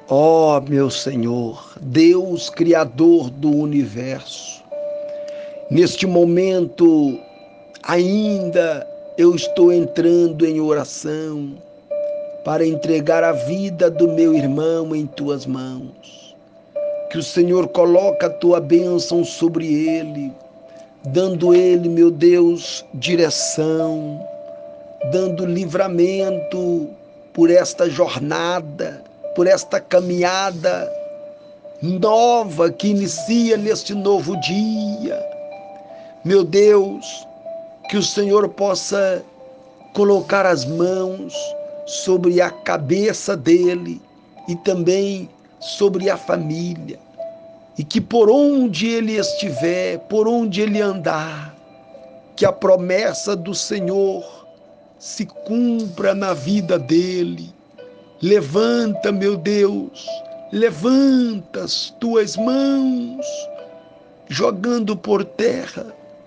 Ó meu Senhor, Deus Criador do universo, neste momento ainda eu estou entrando em oração para entregar a vida do meu irmão em tuas mãos. Que o Senhor coloque a tua bênção sobre ele, dando ele, meu Deus, direção, dando livramento por esta jornada, por esta caminhada nova que inicia neste novo dia. Meu Deus, que o Senhor possa colocar as mãos sobre a cabeça dele e também sobre a família, e que por onde ele estiver, por onde ele andar, que a promessa do Senhor se cumpra na vida dele. Levanta, meu Deus, levanta as tuas mãos, jogando por terra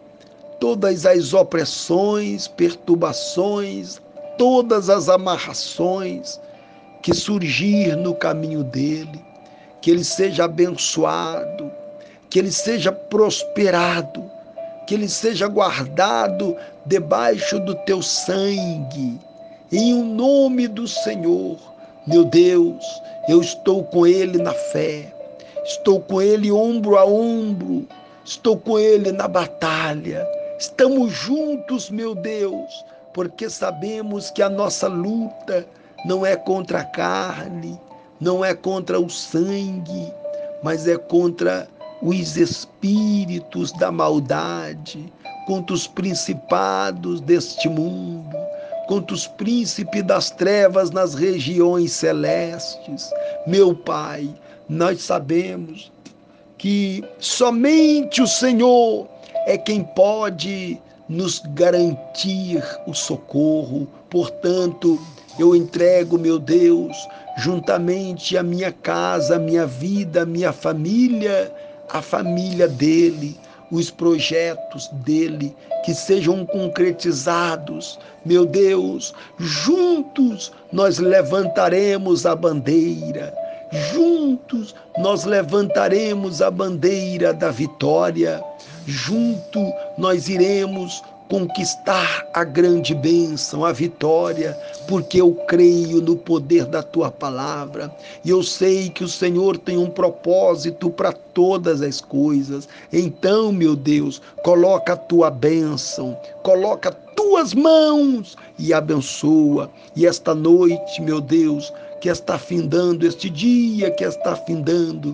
todas as opressões, perturbações, todas as amarrações que surgir no caminho dele, que ele seja abençoado, que ele seja prosperado, que ele seja guardado debaixo do teu sangue, em o nome do Senhor. Meu Deus, eu estou com ele na fé, estou com ele ombro a ombro, estou com ele na batalha. Estamos juntos, meu Deus, porque sabemos que a nossa luta não é contra a carne, não é contra o sangue, mas é contra os espíritos da maldade, contra os principados deste mundo, contra os príncipes das trevas nas regiões celestes. Meu Pai, nós sabemos que somente o Senhor é quem pode nos garantir o socorro. Portanto, eu entrego, meu Deus, juntamente a minha casa, a minha vida, a minha família, a família dele, os projetos dele, que sejam concretizados. Meu Deus, juntos nós levantaremos a bandeira. Juntos nós levantaremos a bandeira da vitória. Junto nós iremos conquistar a grande bênção, a vitória, porque eu creio no poder da tua palavra e eu sei que o Senhor tem um propósito para todas as coisas. Então, meu Deus, coloca a tua bênção, coloca tuas mãos e abençoa. E esta noite, meu Deus, que está findando, este dia que está findando,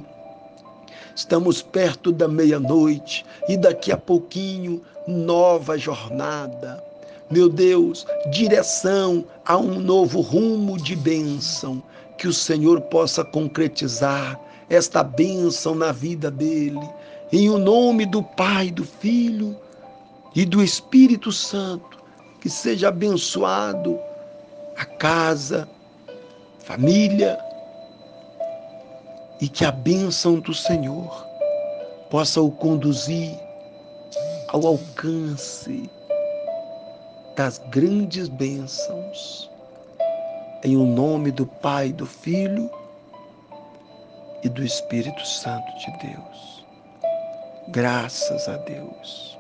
estamos perto da meia-noite e daqui a pouquinho, nova jornada. Meu Deus, direção a um novo rumo de bênção, que o Senhor possa concretizar esta bênção na vida dele. Em o nome do Pai, do Filho e do Espírito Santo, que seja abençoado a casa, família, e que a bênção do Senhor possa o conduzir ao alcance das grandes bênçãos. Em o nome do Pai, do Filho e do Espírito Santo de Deus. Graças a Deus.